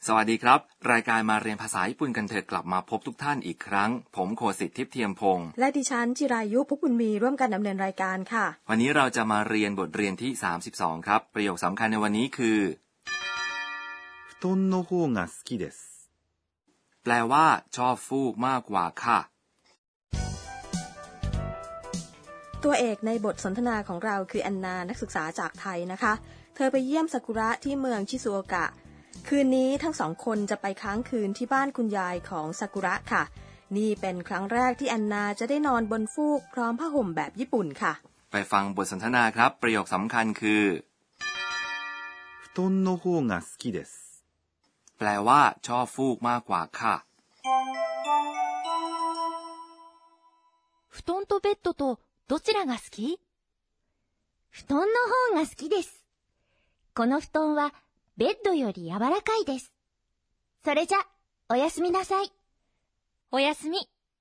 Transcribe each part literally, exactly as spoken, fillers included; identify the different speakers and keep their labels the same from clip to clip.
Speaker 1: สวัสดีครับรายการมาเรียนภาษาญี่ปุ่นกันเถอะกลับมาพบทุกท่านอีกครั้งผมโคสิทธิ์ทิพย์เทียมพงษ์
Speaker 2: และดิฉันจิรายุพุกบุญมีร่วมกันดำเนินรายการค่ะ
Speaker 1: วันนี้เราจะมาเรียนบทเรียนที่สามสิบสองครับประโยคสำคัญในวันนี้คือ
Speaker 3: 布団の方が好きです
Speaker 1: แปลว่าชอบฟูกมากกว่าค่ะ
Speaker 2: ตัวเอกในบทสนทนาของเราคือแอนนานักศึกษาจากไทยนะคะเธอไปเยี่ยมซากุระที่เมืองชิซุโอกะคืนนี้ทั้งสองคนจะไปค้างคืนที่บ้านคุณยายของซากุระค่ะนี่เป็นครั้งแรกที่แอนนาจะได้นอนบนฟูกพร้อมผ้าห่มแบบญี่ปุ่นค่ะ
Speaker 1: ไปฟังบทสนทนาครับประโยคสำคัญคือ
Speaker 3: 布団の方が好きです
Speaker 1: แปลว่าชอบฟูกมากกว่าค่ะ
Speaker 4: 布団とベッドとどちらが好き？布団の方が好きです。この布団はベッドより柔らかいです。それじゃ、おやすみなさい。おやすみ。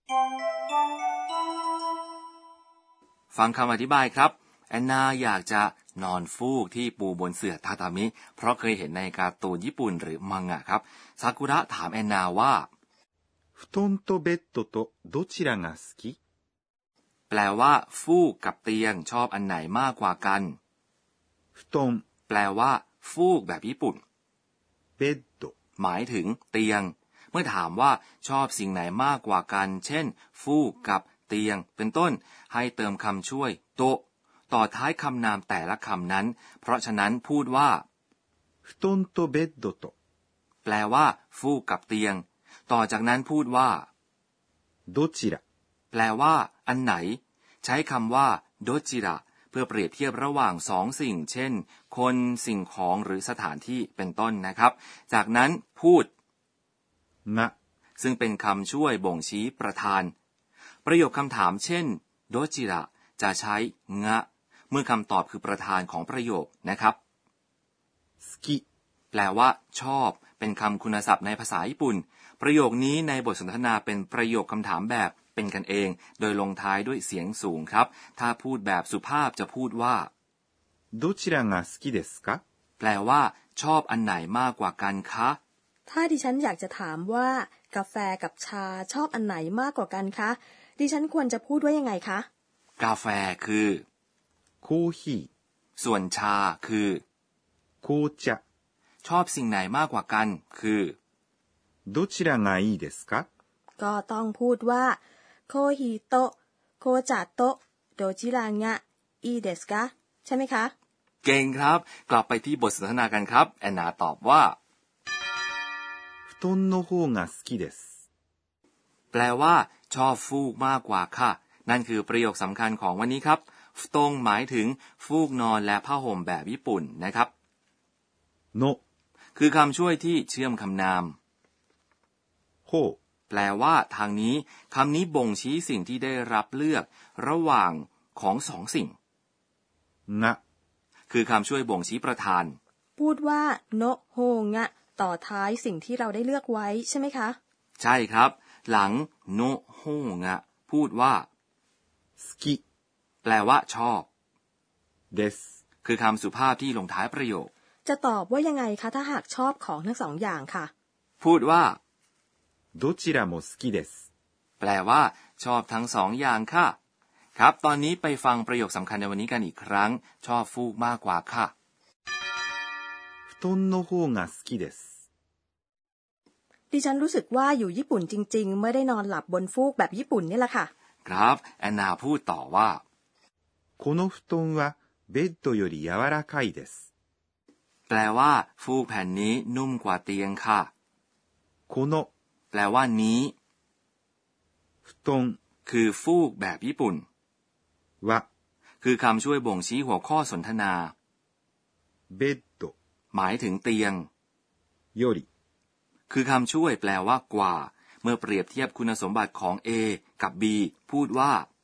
Speaker 1: ฟังคำอธิบายครับแอนนาอยากจะนอนฟูกที่ปูบนเสื่อทาตามิเพราะเคยเห็นในการ์ตูนญี่ปุ่นหรือมังงะครับซากุระถามแอนนาว่า
Speaker 3: 布団とベッドとどちらが好き
Speaker 1: แปลว่าฟูกกับเตียงชอบอันไหนมากกว่ากัน
Speaker 3: 布団
Speaker 1: แปลว่าฟูกแบบญี่ปุ่น
Speaker 3: ベッド
Speaker 1: หมายถึงเตียงเมื่อถามว่าชอบสิ่งไหนมากกว่ากันเช่นฟูกกับเตียงเป็นต้นให้เติมคำช่วยโตต่อท้ายคำนามแต่ละคำนั้นเพราะฉะนั้นพูดว่า
Speaker 3: 布団とベッドと
Speaker 1: แปลว่าฟูกกับเตียงต่อจากนั้นพูดว่า
Speaker 3: どちら
Speaker 1: แปลว่าอันไหนใช้คำว่าโดจิระเพื่อเปรียบเทียบระหว่างสองสิ่งเช่นคนสิ่งของหรือสถานที่เป็นต้นนะครับจากนั้นพูด
Speaker 3: งะ
Speaker 1: ซึ่งเป็นคำช่วยบ่งชี้ประธานประโยคคำถามเช่นโดจิระจะใช้งะเมื่อคำตอบคือประธานของประโยคนะครับ
Speaker 3: สกิ
Speaker 1: แปลว่าชอบเป็นคำคุณศัพท์ในภาษาญี่ปุ่นประโยคนี้ในบทสนทนาเป็นประโยคคำถามแบบเป็นกันเองโดยลงท้ายด้วยเสียงสูงครับถ้าพูดแบบสุภาพจะพูดว่า
Speaker 3: どちらが好きですか
Speaker 1: แปลว่าชอบอันไหนมากกว่ากันคะ
Speaker 2: ถ้าดิฉันอยากจะถามว่ากาแฟกับชาชอบอันไหนมากกว่ากันคะดิฉันควรจะพูดว่ายังไงคะ
Speaker 1: กาแฟคือ
Speaker 3: コーヒー
Speaker 1: ส่วนชาคือ
Speaker 3: 紅茶
Speaker 1: ชอบสิ่งไหนมากกว่ากันคือ
Speaker 3: どちらがいいですか
Speaker 2: ก็ต้องพูดว่าโคฮิโตะโคจาโตะโดจิรางะอีเดสกะใช่ไหมคะ
Speaker 1: เก่งครับกลับไปที่บทสนทนากันครับแอนนาตอบว่า
Speaker 3: 布団の方が好きです
Speaker 1: แปลว่าชอบฟูกมากกว่าค่ะนั่นคือประโยคสำคัญของวันนี้ครับฟุตงหมายถึงฟูกนอนและผ้าห่มแบบญี่ปุ่นนะครับ
Speaker 3: โน
Speaker 1: คือคำช่วยที่เชื่อมคำนาม
Speaker 3: โฮ
Speaker 1: แปลว่าทางนี้คำนี้บ่งชี้สิ่งที่ได้รับเลือกระหว่างของสองสิ่ง
Speaker 3: งะ
Speaker 1: คือคำช่วยบ่งชี้ประธาน
Speaker 2: พูดว่าโนโฮงะต่อท้ายสิ่งที่เราได้เลือกไว้ใช่ไหมคะ
Speaker 1: ใช่ครับหลังโนโฮงะพูดว่า
Speaker 3: สกิ
Speaker 1: แปลว่าชอบ
Speaker 3: เดส
Speaker 1: คือคำสุภาพที่ลงท้ายประโยค
Speaker 2: จะตอบว่ายังไงคะถ้าหากชอบของทั้งสองอย่างค่ะ
Speaker 1: พูดว่า
Speaker 3: どちらも好きです
Speaker 1: แปลว่าชอบทั้งสองอย่างค่ะครับตอนนี้ไปฟังประโยคสำคัญในวันนี้กันอีกครั้งชอบฟูกมากกว่าค่ะ
Speaker 3: 布団の方が好きです
Speaker 2: ดิฉันรู้สึกว่าอยู่ญี่ปุ่นจริงๆไม่ได้นอนหลับบนฟูกแบบญี่ปุ่นนี่แหละค่ะ
Speaker 1: ครับแอนนาพูดต่อว่า
Speaker 3: この布団はベッドより柔らかいです
Speaker 1: แปลว่าฟูกแผ่นนี้นุ่มกว่าเตียงค่ะ
Speaker 3: この
Speaker 1: แปลว่านี้
Speaker 3: 布団
Speaker 1: คือฟูกแบบญี่ปุ่น
Speaker 3: วะ
Speaker 1: คือคำช่วยบ่งชี้หัวข้อสนทนา
Speaker 3: เบดโด
Speaker 1: หมายถึงเตียง
Speaker 3: โยริ
Speaker 1: คือคำช่วยแปลว่ากว่าเมื่อเปรียบเทียบคุณสมบัติของ A กับ B พูดว่า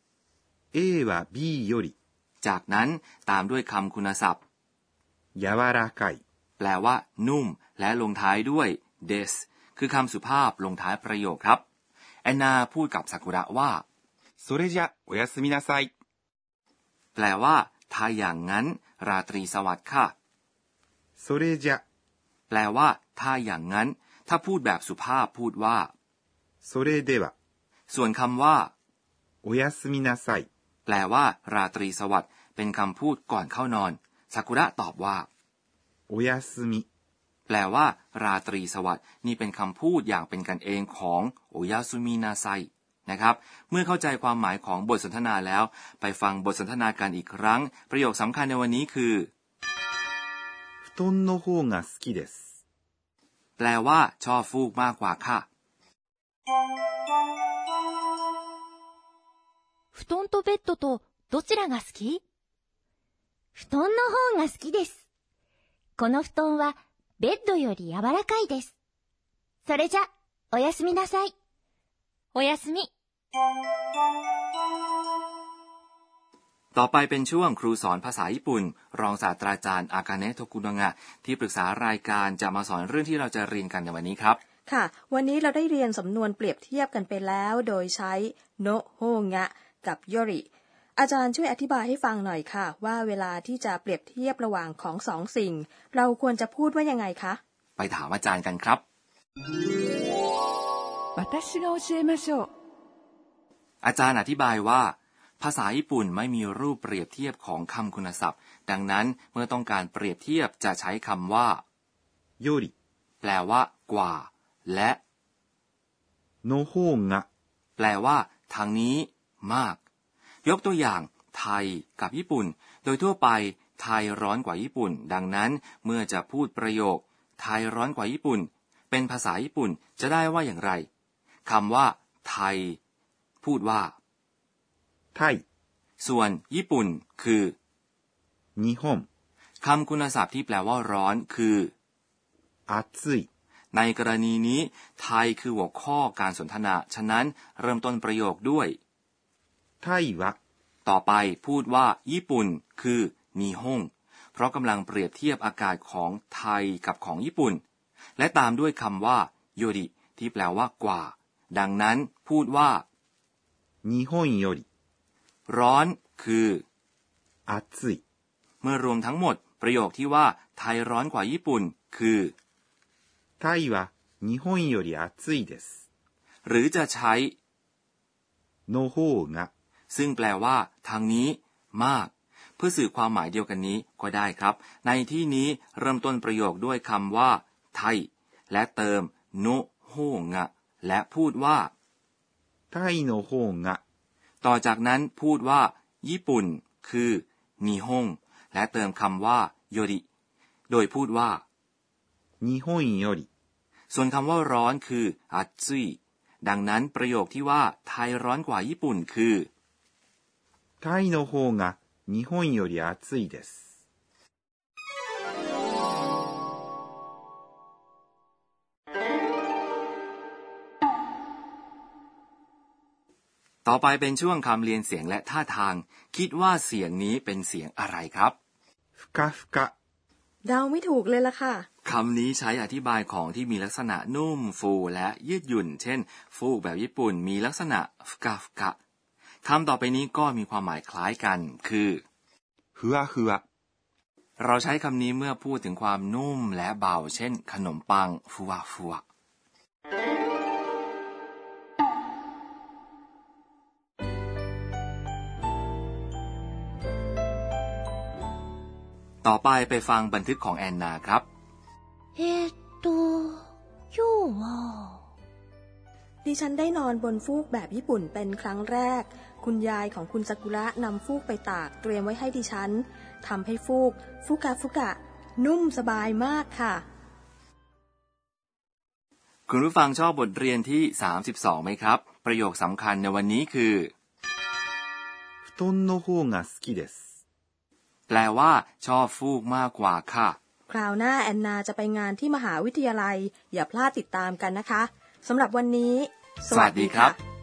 Speaker 3: A は B より
Speaker 1: จากนั้นตามด้วยคำคุณศัพท์
Speaker 3: 柔らかい
Speaker 1: แปลว่านุ่มและลงท้ายด้วย des คือคำสุภาพลงท้ายประโยคครับแอนนาพูดกับซากุระว่า
Speaker 3: それじゃおやすみなさい
Speaker 1: แปลว่าถ้าอย่างนั้นราตรีสวัสดิ์ค่ะ
Speaker 3: それじゃ
Speaker 1: แปลว่าถ้าอย่างนั้นถ้าพูดแบบสุภาพพูดว่า
Speaker 3: それでは
Speaker 1: ส่วนคำว่า
Speaker 3: おやすみなさい
Speaker 1: แปลว่าราตรีสวัสดิ์เป็นคำพูดก่อนเข้านอนซากุระตอบว่า
Speaker 3: おやすみ
Speaker 1: แปลว่าราตรีสวัสดิ์นี่เป็นคำพูดอย่างเป็นกันเองของโอยาซุมินาไซนะครับเมื่อเข้าใจความหมายของบทสนทนาแล้วไปฟังบทสนทนากันอีกครั้งประโยคสำคัญในวันนี้คือ
Speaker 3: 布団の方が好きです
Speaker 1: แปลว่าชอบฟูกมากกว่าค่ะ
Speaker 4: 布団とベッドとどちらが好き？布団の方が好きです。この布団はベッドより柔らかいです。それじゃ、おやすみなさい。おやすみ。
Speaker 1: ต่อไปเป็นช่วงครูสอนภาษาญี่ปุ่นรองศาสตราจารย์อากาเนะโทกุโนะงะที่ปรึกษารายการจะมาสอนเรื่องที่เราจะเรียนกันในวันนี้ครับ
Speaker 2: ค่ะวันนี้เราได้เรียนสำนวนเปรียบเทียบกันไปแล้วโดยใช้โนะโฮงะกับโยริอาจารย์ช่วยอธิบายให้ฟังหน่อยค่ะว่าเวลาที่จะเปรียบเทียบระหว่างของสองสิ่งเราควรจะพูดว่ายังไงคะ
Speaker 1: ไปถามอาจารย์กันครับ
Speaker 5: 私が教えましょう
Speaker 1: อาจารย์อธิบายว่าภาษาญี่ปุ่นไม่มีรูปเปรียบเทียบของคำคุณศัพท์ดังนั้นเมื่อต้องการเปรียบเทียบจะใช้คำว่า
Speaker 3: より
Speaker 1: แปลว่ากว่าและ
Speaker 3: の方が
Speaker 1: แปลว่าทางนี้มากยกตัวอย่างไทยกับญี่ปุ่นโดยทั่วไปไทยร้อนกว่าญี่ปุ่นดังนั้นเมื่อจะพูดประโยคไทยร้อนกว่าญี่ปุ่นเป็นภาษาญี่ปุ่นจะได้ว่าอย่างไรคำว่าไทยพูดว่า
Speaker 3: ไทย
Speaker 1: ส่วนญี่ปุ่นคือ
Speaker 3: 日本
Speaker 1: คำคุณศัพท์ที่แปลว่าร้อนคือ
Speaker 3: 暑い
Speaker 1: ในกรณีนี้ไทยคือหัวข้อการสนทนาฉะนั้นเริ่มต้นประโยคด้วย
Speaker 3: ไทยวะ
Speaker 1: ต่อไปพูดว่าญี่ปุ่นคือนิฮงเพราะกำลังเปรียบเทียบอากาศของไทยกับของญี่ปุ่นและตามด้วยคำว่าโยริที่แปลว่ากว่าดังนั้นพูดว่า
Speaker 3: 日本より
Speaker 1: ร้อนคือ
Speaker 3: 暑い
Speaker 1: เมื่อรวมทั้งหมดประโยคที่ว่าไทยร้อนกว่าญี่ปุ่นคือ
Speaker 3: ไทยは日本より暑いです
Speaker 1: หรือจะใช้
Speaker 3: の方が
Speaker 1: ซึ่งแปลว่าทางนี้มากเพื่อสื่อความหมายเดียวกันนี้ก็ได้ครับในที่นี้เริ่มต้นประโยคด้วยคำว่าไทยและเติมโนโฮงะและพูดว่า
Speaker 3: ไทยの方が
Speaker 1: ต่อจากนั้นพูดว่าญี่ปุ่นคือนิฮงและเติมคำว่าโยริโดยพูดว่า
Speaker 3: 日本より
Speaker 1: ส่วนคำว่าร้อนคืออัตซุยดังนั้นประโยคที่ว่าไทยร้อนกว่าญี่ปุ่นคือ
Speaker 3: ไทยの方が日本より暑いです
Speaker 1: ต่อไปเป็นช่วงคำเรียนเสียงและท่าทางคิดว่าเสียงนี้เป็นเสียงอะไรครับ
Speaker 3: ふかふか
Speaker 2: เดาไม่ถูกเลยล่ะค่ะ
Speaker 1: คำนี้ใช้อธิบายของที่มีลักษณะนุ่มฟูและยืดหยุ่นเช่นฟูกแบบญี่ปุ่นมีลักษณะふかふかคำต่อไปนี้ก็มีความหมายคล้ายกันคือ
Speaker 3: ふわふわ
Speaker 1: เราใช้คำนี้เมื่อพูดถึงความนุ่มและเบาเช่นขนมปังฟูวาฟูวาต่อไปไปฟังบันทึกของแอนนาครับ
Speaker 4: えーっと今日は
Speaker 2: ดิฉันได้นอนบนฟูกแบบญี่ปุ่นเป็นครั้งแรกคุณยายของคุณซากุระนำฟูกไปตากเตรียมไว้ให้ดิฉันทำให้ฟูกฟุกะฟุกะนุ่มสบายมากค่ะ
Speaker 1: คุณผู้ฟังชอบบทเรียนที่สามสิบสองไหมครับประโยคสำคัญในวันนี้คือ
Speaker 3: 布団の方が好きです
Speaker 1: แปลว่าชอบฟูกมากกว่าค่ะ
Speaker 2: คราวหน้าแอนนาจะไปงานที่มหาวิทยาลัยอย่าพลาดติดตามกันนะคะสำหรับวันนี้
Speaker 1: สวัสดีครับ